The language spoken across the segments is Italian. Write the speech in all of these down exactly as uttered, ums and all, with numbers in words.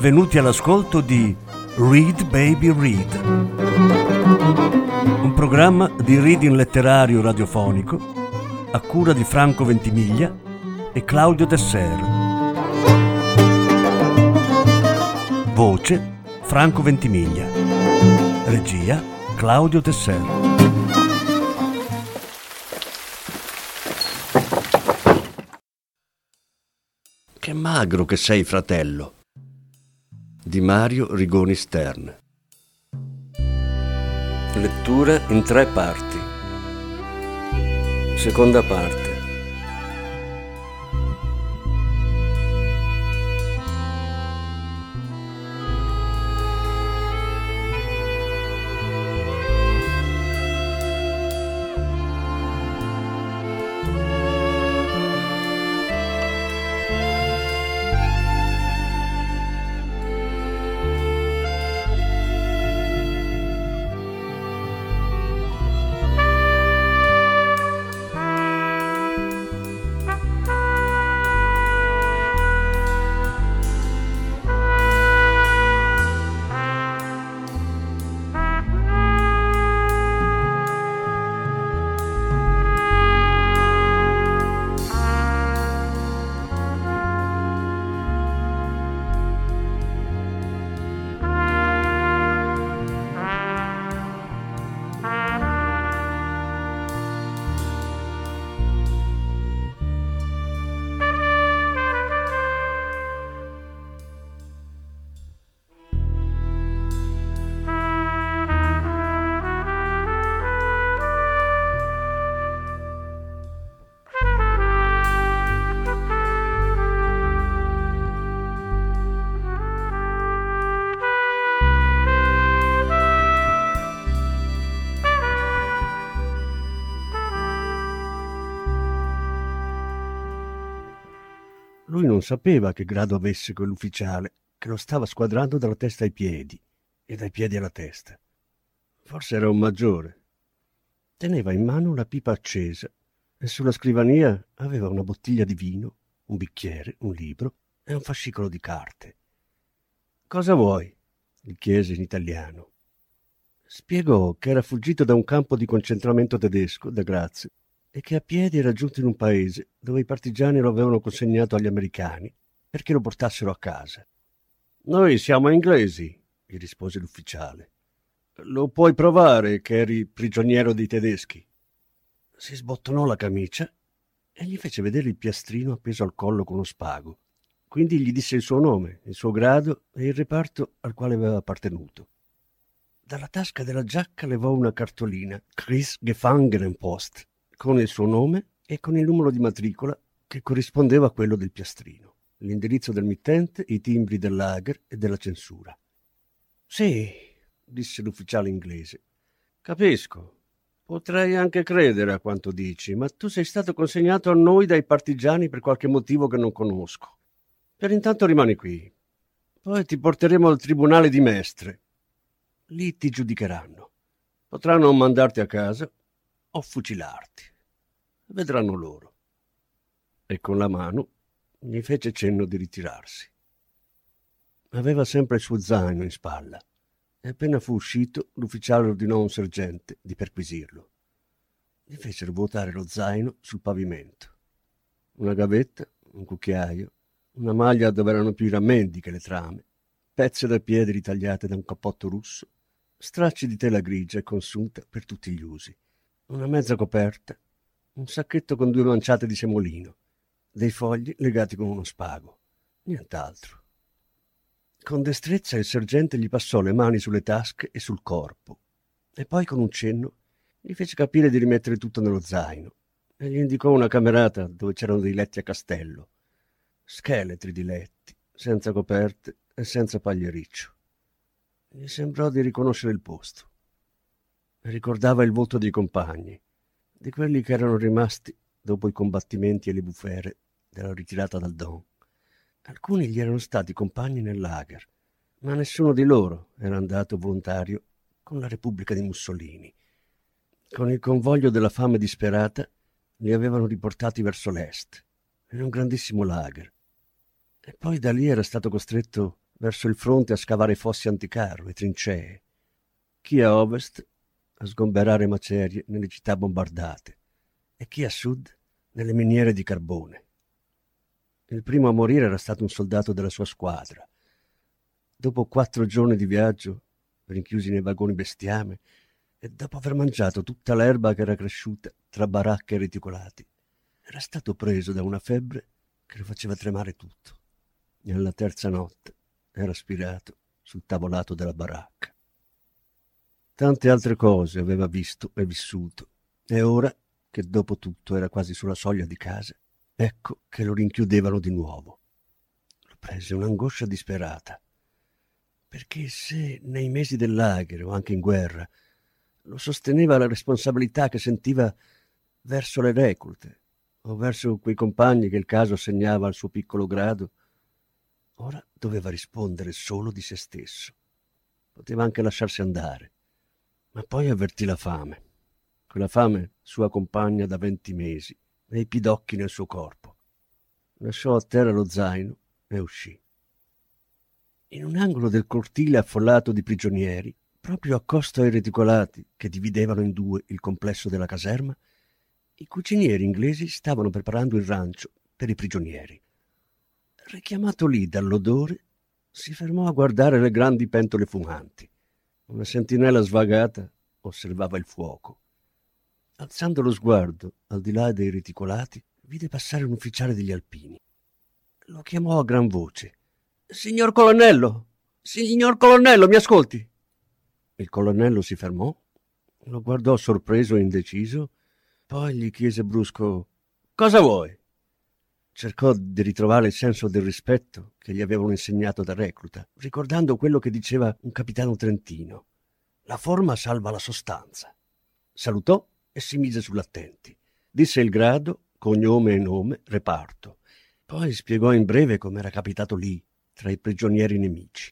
benvenuti all'ascolto di Read Baby Read, un programma di reading letterario radiofonico a cura di Franco Ventimiglia e Claudio Desser. Voce Franco Ventimiglia. Regia Claudio Desser. Che magro che sei, fratello. Di Mario Rigoni Stern. Lettura in tre parti. Seconda parte. Lui non sapeva che grado avesse quell'ufficiale che lo stava squadrando dalla testa ai piedi e dai piedi alla testa. Forse era un maggiore. Teneva in mano una pipa accesa e sulla scrivania aveva una bottiglia di vino, un bicchiere, un libro e un fascicolo di carte. «Cosa vuoi?» gli chiese in italiano. Spiegò che era fuggito da un campo di concentramento tedesco, da Graz, e che a piedi era giunto in un paese dove i partigiani lo avevano consegnato agli americani perché lo portassero a casa. «Noi siamo inglesi», gli rispose l'ufficiale. «Lo puoi provare che eri prigioniero dei tedeschi?» Si sbottonò la camicia e gli fece vedere il piastrino appeso al collo con uno spago. Quindi gli disse il suo nome, il suo grado e il reparto al quale aveva appartenuto. Dalla tasca della giacca levò una cartolina, Kriegsgefangenenpost, con il suo nome e con il numero di matricola che corrispondeva a quello del piastrino, l'indirizzo del mittente, i timbri del lager e della censura. «Sì», disse l'ufficiale inglese, «capisco. Potrei anche credere a quanto dici, ma tu sei stato consegnato a noi dai partigiani per qualche motivo che non conosco. Per intanto rimani qui. Poi ti porteremo al tribunale di Mestre. Lì ti giudicheranno. Potranno mandarti a casa o fucilarti. Vedranno loro». E con la mano gli fece cenno di ritirarsi. Aveva sempre il suo zaino in spalla e appena fu uscito l'ufficiale ordinò a un sergente di perquisirlo. Gli fecero vuotare lo zaino sul pavimento. Una gavetta, un cucchiaio, una maglia dove erano più i rammendi che le trame, pezze da piedi ritagliate da un cappotto russo, stracci di tela grigia e consunta per tutti gli usi, una mezza coperta, un sacchetto con due manciate di semolino, dei fogli legati con uno spago, nient'altro. Con destrezza il sergente gli passò le mani sulle tasche e sul corpo e poi con un cenno gli fece capire di rimettere tutto nello zaino e gli indicò una camerata dove c'erano dei letti a castello, scheletri di letti, senza coperte e senza pagliericcio. Gli sembrò di riconoscere il posto. Ricordava il volto dei compagni, di quelli che erano rimasti dopo i combattimenti e le bufere della ritirata dal Don. Alcuni gli erano stati compagni nel lager, ma nessuno di loro era andato volontario con la Repubblica di Mussolini. Con il convoglio della fame disperata li avevano riportati verso l'est, in un grandissimo lager, e poi da lì era stato costretto verso il fronte a scavare fossi anticarro e trincee, chi a ovest a sgomberare macerie nelle città bombardate e chi a sud nelle miniere di carbone. Il primo a morire era stato un soldato della sua squadra. Dopo quattro giorni di viaggio, rinchiusi nei vagoni bestiame, e dopo aver mangiato tutta l'erba che era cresciuta tra baracche e reticolati, era stato preso da una febbre che lo faceva tremare tutto. E alla terza notte era spirato sul tavolato della baracca. Tante altre cose aveva visto e vissuto, e ora, che dopo tutto era quasi sulla soglia di casa, ecco che lo rinchiudevano di nuovo. Lo prese un'angoscia disperata, perché se nei mesi del lager o anche in guerra lo sosteneva la responsabilità che sentiva verso le reclute o verso quei compagni che il caso assegnava al suo piccolo grado, ora doveva rispondere solo di se stesso. Poteva anche lasciarsi andare, ma poi avvertì la fame. Quella fame sua compagna da venti mesi e i pidocchi nel suo corpo. Lasciò a terra lo zaino e uscì. In un angolo del cortile affollato di prigionieri, proprio accosto ai reticolati che dividevano in due il complesso della caserma, i cucinieri inglesi stavano preparando il rancio per i prigionieri. Richiamato lì dall'odore, si fermò a guardare le grandi pentole fumanti. Una sentinella svagata osservava il fuoco. Alzando lo sguardo al di là dei reticolati, vide passare un ufficiale degli alpini. Lo chiamò a gran voce. «Signor colonnello! Signor colonnello, mi ascolti?» Il colonnello si fermò, lo guardò sorpreso e indeciso, poi gli chiese brusco: «Cosa vuoi?» Cercò di ritrovare il senso del rispetto che gli avevano insegnato da recluta, ricordando quello che diceva un capitano trentino: «La forma salva la sostanza». Salutò e si mise sull'attenti. Disse il grado, cognome e nome, reparto. Poi spiegò in breve com'era capitato lì, tra i prigionieri nemici.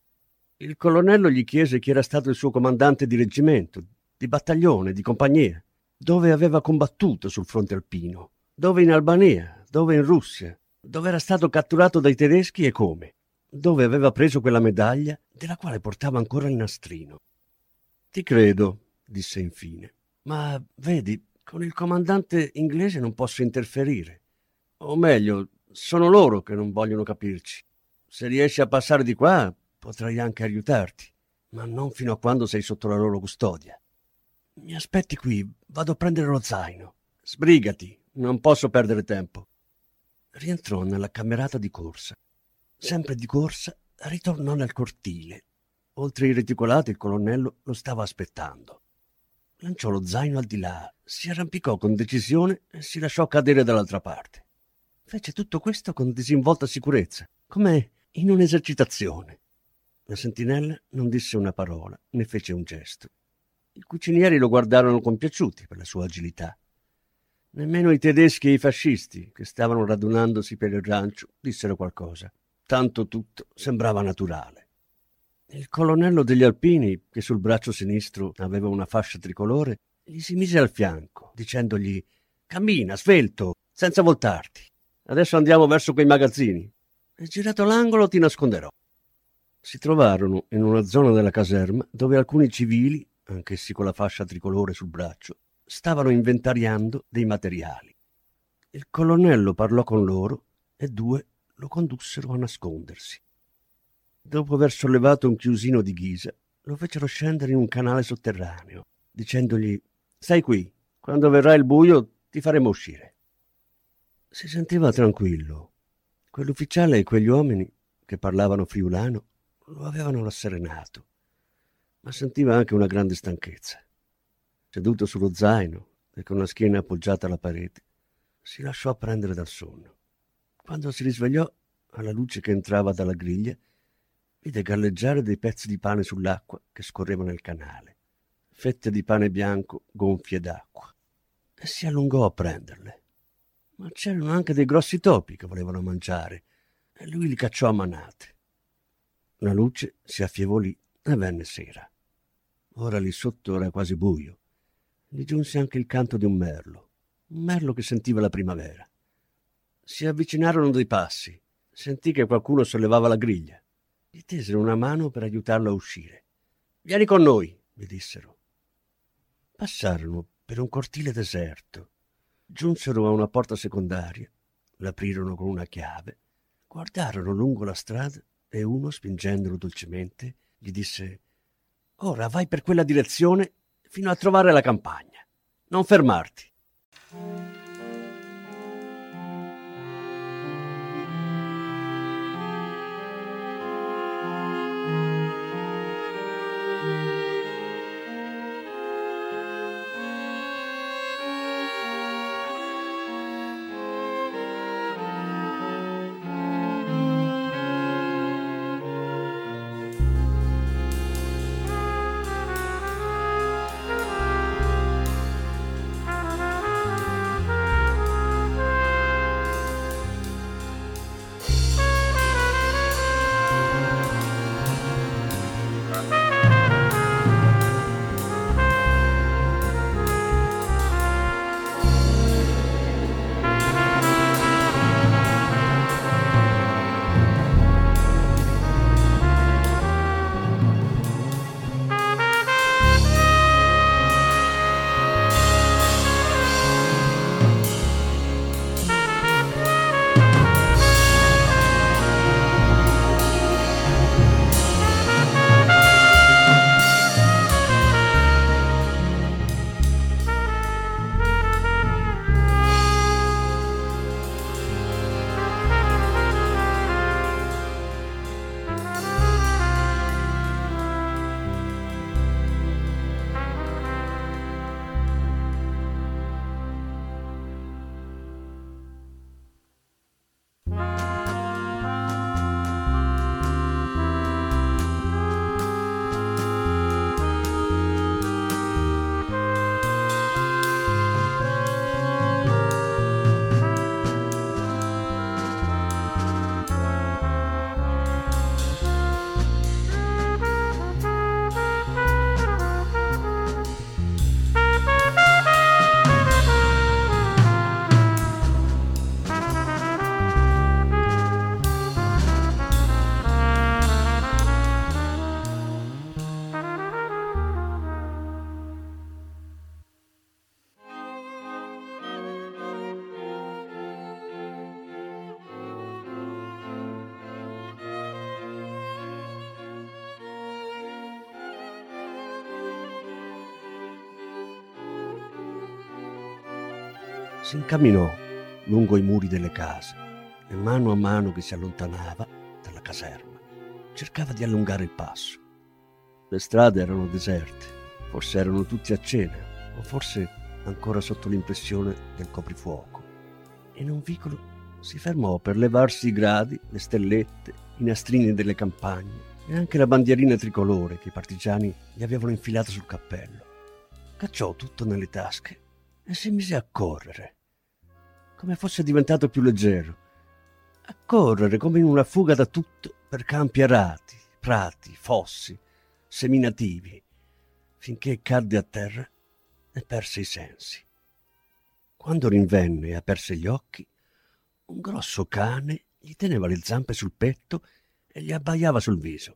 Il colonnello gli chiese chi era stato il suo comandante di reggimento, di battaglione, di compagnia, dove aveva combattuto sul fronte alpino, dove in Albania, dove in Russia, dove era stato catturato dai tedeschi e come, dove aveva preso quella medaglia della quale portava ancora il nastrino. «Ti credo», disse infine, «ma vedi, con il comandante inglese non posso interferire. O meglio, sono loro che non vogliono capirci. Se riesci a passare di qua, potrei anche aiutarti, ma non fino a quando sei sotto la loro custodia. Mi aspetti qui, vado a prendere lo zaino. Sbrigati, non posso perdere tempo». Rientrò nella camerata di corsa. Sempre di corsa, ritornò nel cortile. Oltre i reticolati il colonnello lo stava aspettando. Lanciò lo zaino al di là, si arrampicò con decisione e si lasciò cadere dall'altra parte. Fece tutto questo con disinvolta sicurezza, come in un'esercitazione. La sentinella non disse una parola, né fece un gesto. I cucinieri lo guardarono compiaciuti per la sua agilità. Nemmeno i tedeschi e i fascisti, che stavano radunandosi per il rancio, dissero qualcosa. Tanto tutto sembrava naturale. Il colonnello degli alpini, che sul braccio sinistro aveva una fascia tricolore, gli si mise al fianco, dicendogli: «Cammina, svelto, senza voltarti. Adesso andiamo verso quei magazzini e girato l'angolo ti nasconderò». Si trovarono in una zona della caserma dove alcuni civili, anch'essi con la fascia tricolore sul braccio, stavano inventariando dei materiali. Il colonnello parlò con loro e due lo condussero a nascondersi. Dopo aver sollevato un chiusino di ghisa, lo fecero scendere in un canale sotterraneo, dicendogli: «Stai qui, quando verrà il buio ti faremo uscire». Si sentiva tranquillo. Quell'ufficiale e quegli uomini, che parlavano friulano, lo avevano rasserenato, ma sentiva anche una grande stanchezza. Seduto sullo zaino e con la schiena appoggiata alla parete, si lasciò prendere dal sonno. Quando si risvegliò, alla luce che entrava dalla griglia, vide galleggiare dei pezzi di pane sull'acqua che scorreva nel canale, fette di pane bianco gonfie d'acqua, e si allungò a prenderle. Ma c'erano anche dei grossi topi che volevano mangiare, e lui li cacciò a manate. La luce si affievolì e venne sera. Ora lì sotto era quasi buio. Gli giunse anche il canto di un merlo, un merlo che sentiva la primavera. Si avvicinarono dei passi, sentì che qualcuno sollevava la griglia. Gli tesero una mano per aiutarlo a uscire. «Vieni con noi», gli dissero. Passarono per un cortile deserto. Giunsero a una porta secondaria, l'aprirono con una chiave, guardarono lungo la strada e uno, spingendolo dolcemente, gli disse: «Ora vai per quella direzione fino a trovare la campagna. Non fermarti». Si incamminò lungo i muri delle case e mano a mano che si allontanava dalla caserma cercava di allungare il passo. Le strade erano deserte, forse erano tutti a cena o forse ancora sotto l'impressione del coprifuoco. In un vicolo si fermò per levarsi i gradi, le stellette, i nastrini delle campagne e anche la bandierina tricolore che i partigiani gli avevano infilata sul cappello. Cacciò tutto nelle tasche e si mise a correre, come fosse diventato più leggero, a correre come in una fuga da tutto per campi arati, prati, fossi, seminativi, finché cadde a terra e perse i sensi. Quando rinvenne e aperse gli occhi, un grosso cane gli teneva le zampe sul petto e gli abbaiava sul viso.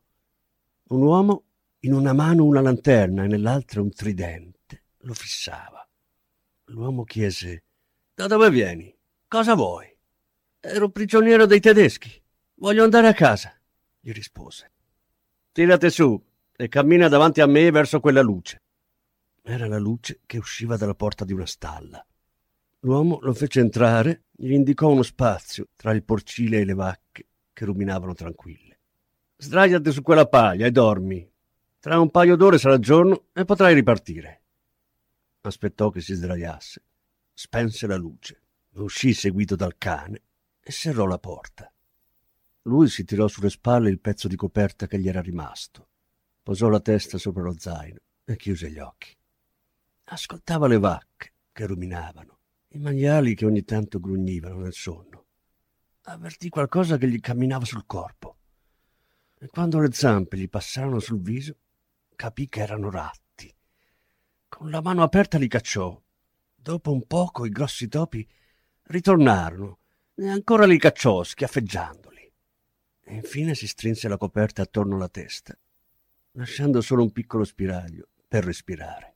Un uomo, in una mano una lanterna e nell'altra un tridente, lo fissava. L'uomo chiese: «Da dove vieni? Cosa vuoi?» «Ero prigioniero dei tedeschi. Voglio andare a casa», gli rispose. «Tirati su e cammina davanti a me verso quella luce». Era la luce che usciva dalla porta di una stalla. L'uomo lo fece entrare, gli indicò uno spazio tra il porcile e le vacche che ruminavano tranquille. «Sdraiati su quella paglia e dormi. Tra un paio d'ore sarà giorno e potrai ripartire». Aspettò che si sdraiasse, spense la luce, uscì seguito dal cane e serrò la porta. Lui si tirò sulle spalle il pezzo di coperta che gli era rimasto, posò la testa sopra lo zaino e chiuse gli occhi. Ascoltava le vacche che ruminavano, i maiali che ogni tanto grugnivano nel sonno. Avvertì qualcosa che gli camminava sul corpo e quando le zampe gli passarono sul viso capì che erano ratti. Con la mano aperta li cacciò. Dopo un poco i grossi topi ritornarono e ancora li cacciò schiaffeggiandoli. e infine si strinse la coperta attorno alla testa, lasciando solo un piccolo spiraglio per respirare.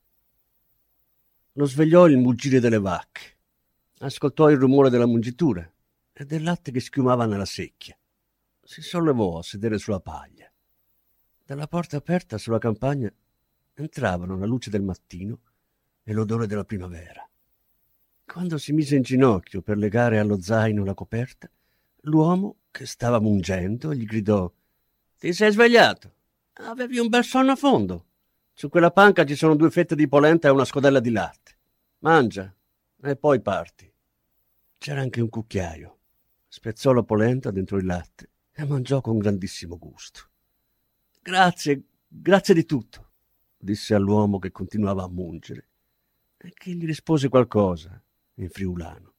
Lo svegliò il muggire delle vacche. Ascoltò il rumore della mungitura e del latte che schiumava nella secchia. Si sollevò a sedere sulla paglia. Dalla porta aperta sulla campagna entravano la luce del mattino e l'odore della primavera. Quando si mise in ginocchio per legare allo zaino la coperta, l'uomo, che stava mungendo, gli gridò: «Ti sei svegliato? Avevi un bel sonno a fondo. Su quella panca ci sono due fette di polenta e una scodella di latte. Mangia e poi parti». C'era anche un cucchiaio. Spezzò la polenta dentro il latte e mangiò con grandissimo gusto. «Grazie, grazie di tutto», disse all'uomo che continuava a mungere e che gli rispose qualcosa in friulano.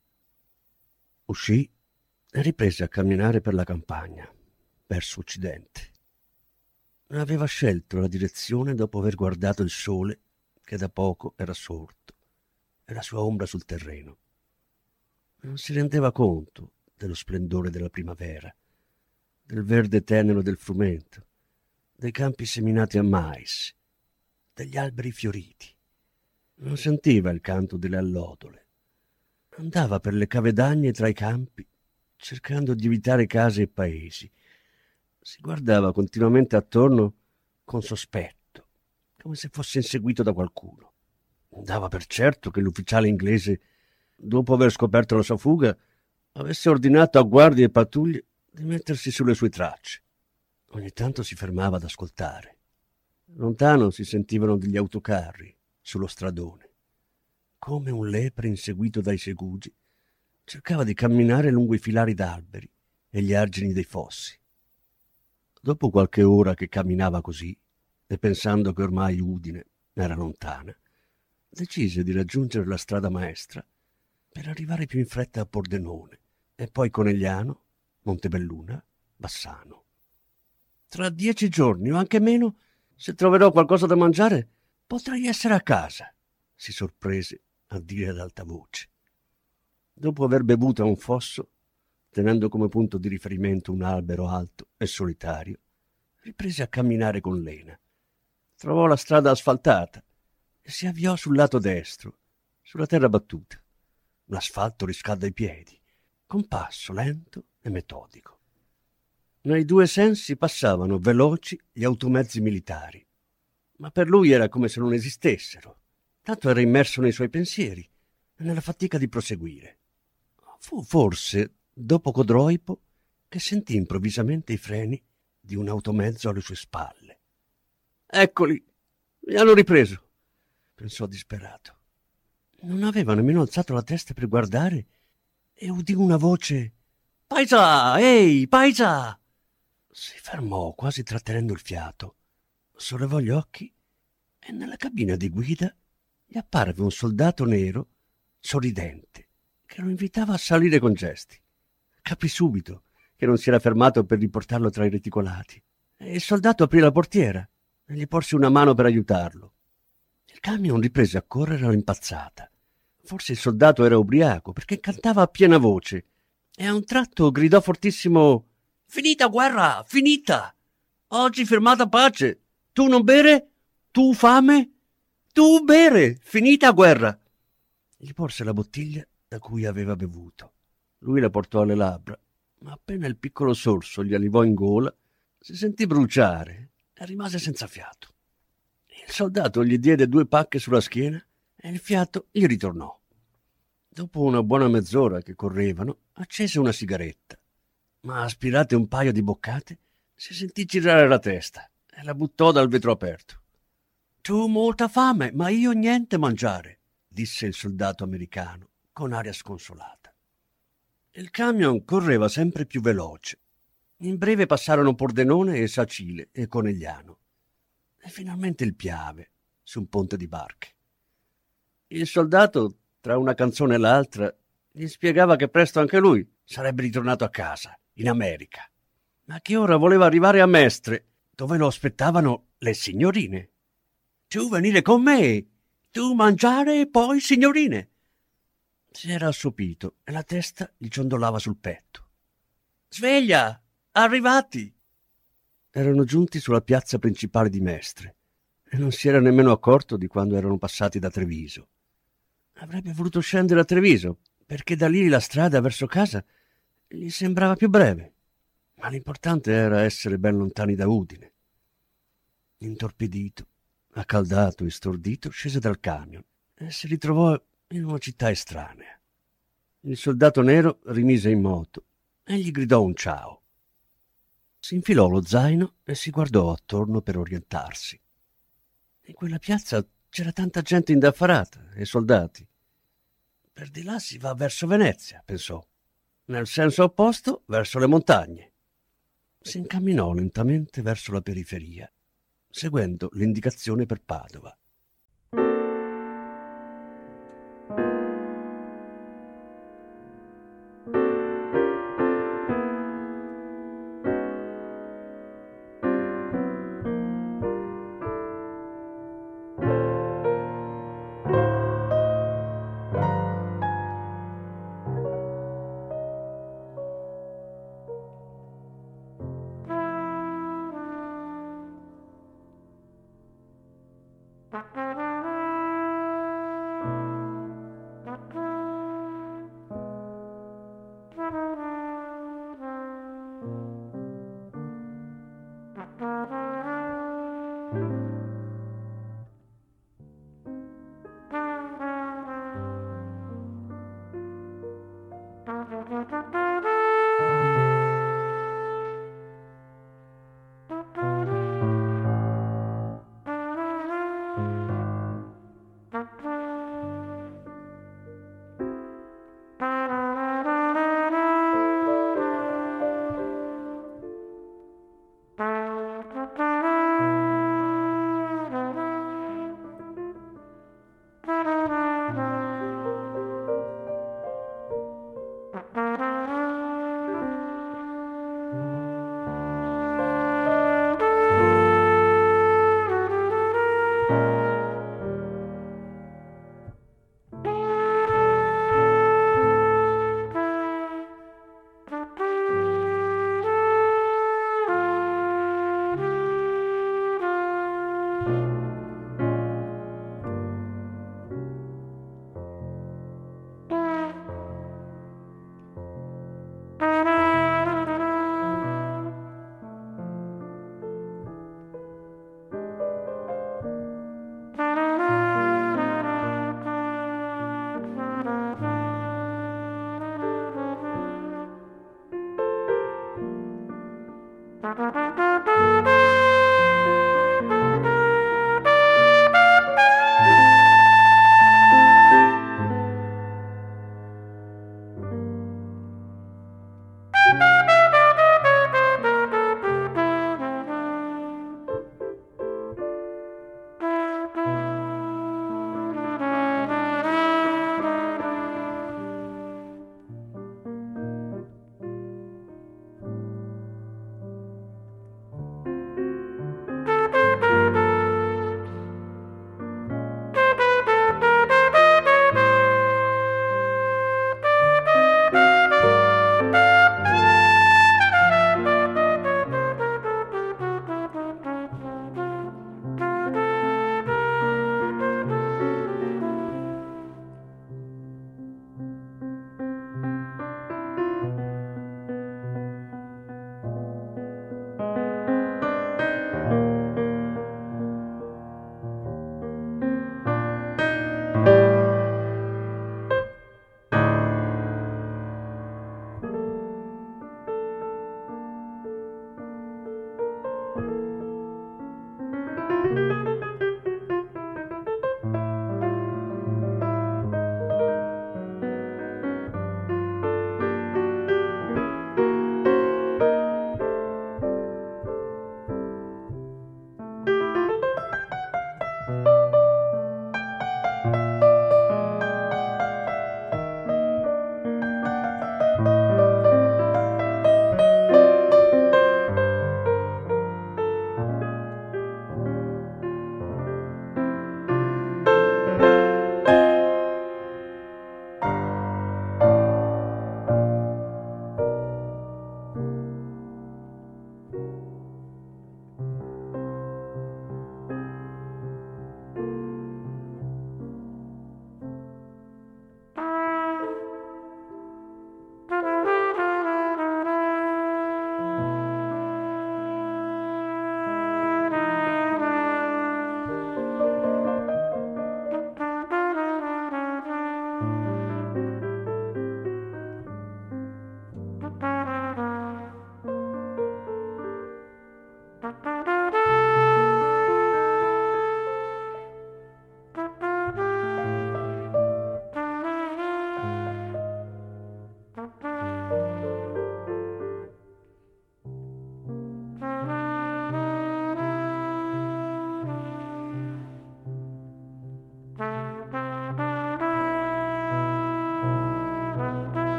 Uscì e riprese a camminare per la campagna, verso occidente. Aveva scelto la direzione dopo aver guardato il sole che da poco era sorto e la sua ombra sul terreno. Non si rendeva conto dello splendore della primavera, del verde tenero del frumento, dei campi seminati a mais, degli alberi fioriti. Non sentiva il canto delle allodole. Andava per le cavedagne tra i campi, cercando di evitare case e paesi. Si guardava continuamente attorno con sospetto, come se fosse inseguito da qualcuno. Dava per certo che l'ufficiale inglese, dopo aver scoperto la sua fuga, avesse ordinato a guardie e pattuglie di mettersi sulle sue tracce. Ogni tanto si fermava ad ascoltare. Lontano si sentivano degli autocarri sullo stradone. Come un lepre inseguito dai segugi, cercava di camminare lungo i filari d'alberi e gli argini dei fossi. Dopo qualche ora che camminava così, e pensando che ormai Udine era lontana, decise di raggiungere la strada maestra per arrivare più in fretta a Pordenone e poi Conegliano, Montebelluna, Bassano. «Tra dieci giorni o anche meno, se troverò qualcosa da mangiare, potrei essere a casa», si sorprese a dire ad alta voce. Dopo aver bevuto a un fosso, tenendo come punto di riferimento un albero alto e solitario, riprese a camminare con lena. Trovò la strada asfaltata e si avviò sul lato destro, sulla terra battuta. L'asfalto riscalda i piedi, con passo lento e metodico. Nei due sensi passavano veloci gli automezzi militari, ma per lui era come se non esistessero, tanto era immerso nei suoi pensieri e nella fatica di proseguire. Fu forse dopo Codroipo che sentì improvvisamente i freni di un automezzo alle sue spalle. «Eccoli, mi hanno ripreso», pensò disperato. Non aveva nemmeno alzato la testa per guardare e udì una voce: «Paisa! Ehi, paisa!» Si fermò, quasi trattenendo il fiato, sollevò gli occhi e nella cabina di guida gli apparve un soldato nero, sorridente, che lo invitava a salire con gesti. Capì subito che non si era fermato per riportarlo tra i reticolati e il soldato aprì la portiera e gli porse una mano per aiutarlo. Il camion riprese a correre all'impazzata. Forse il soldato era ubriaco perché cantava a piena voce e a un tratto gridò fortissimo: «Finita guerra, finita! Oggi firmata pace! Tu non bere? Tu fame? Tu bere! Finita guerra!» Gli porse la bottiglia da cui aveva bevuto. Lui la portò alle labbra, ma appena il piccolo sorso gli arrivò in gola, si sentì bruciare e rimase senza fiato. Il soldato gli diede due pacche sulla schiena e il fiato gli ritornò. Dopo una buona mezz'ora che correvano, accese una sigaretta, ma aspirate un paio di boccate, si sentì girare la testa e la buttò dal vetro aperto. «Tu molta fame, ma io niente mangiare», disse il soldato americano con aria sconsolata. Il camion correva sempre più veloce. In breve passarono Pordenone e Sacile e Conegliano e finalmente il Piave su un ponte di barche. Il soldato, tra una canzone e l'altra, gli spiegava che presto anche lui sarebbe ritornato a casa, in America, ma che ora voleva arrivare a Mestre, dove lo aspettavano le signorine. «Tu venire con me, tu mangiare e poi signorine». Si era assopito e la testa gli ciondolava sul petto. «Sveglia! Arrivati! Erano giunti sulla piazza principale di Mestre e non si era nemmeno accorto di quando erano passati da Treviso. Avrebbe voluto scendere a Treviso, perché da lì la strada verso casa gli sembrava più breve, ma l'importante era essere ben lontani da Udine. Intorpidito, accaldato e stordito, scese dal camion e si ritrovò in una città estranea. Il soldato nero rimise in moto e gli gridò un ciao. Si infilò lo zaino e si guardò attorno per orientarsi. In quella piazza c'era tanta gente indaffarata e soldati. Per di là si va verso Venezia, pensò, nel senso opposto verso le montagne. Si incamminò lentamente verso la periferia, seguendo l'indicazione per Padova.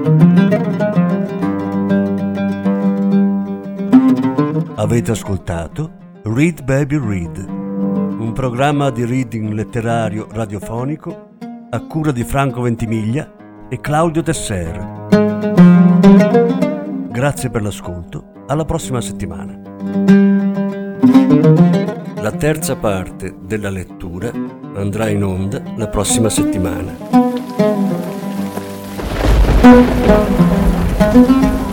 Avete ascoltato Read Baby Read, un programma di reading letterario radiofonico a cura di Franco Ventimiglia e Claudio Tesser. Grazie per l'ascolto, alla prossima settimana. La terza parte della lettura andrà in onda la prossima settimana.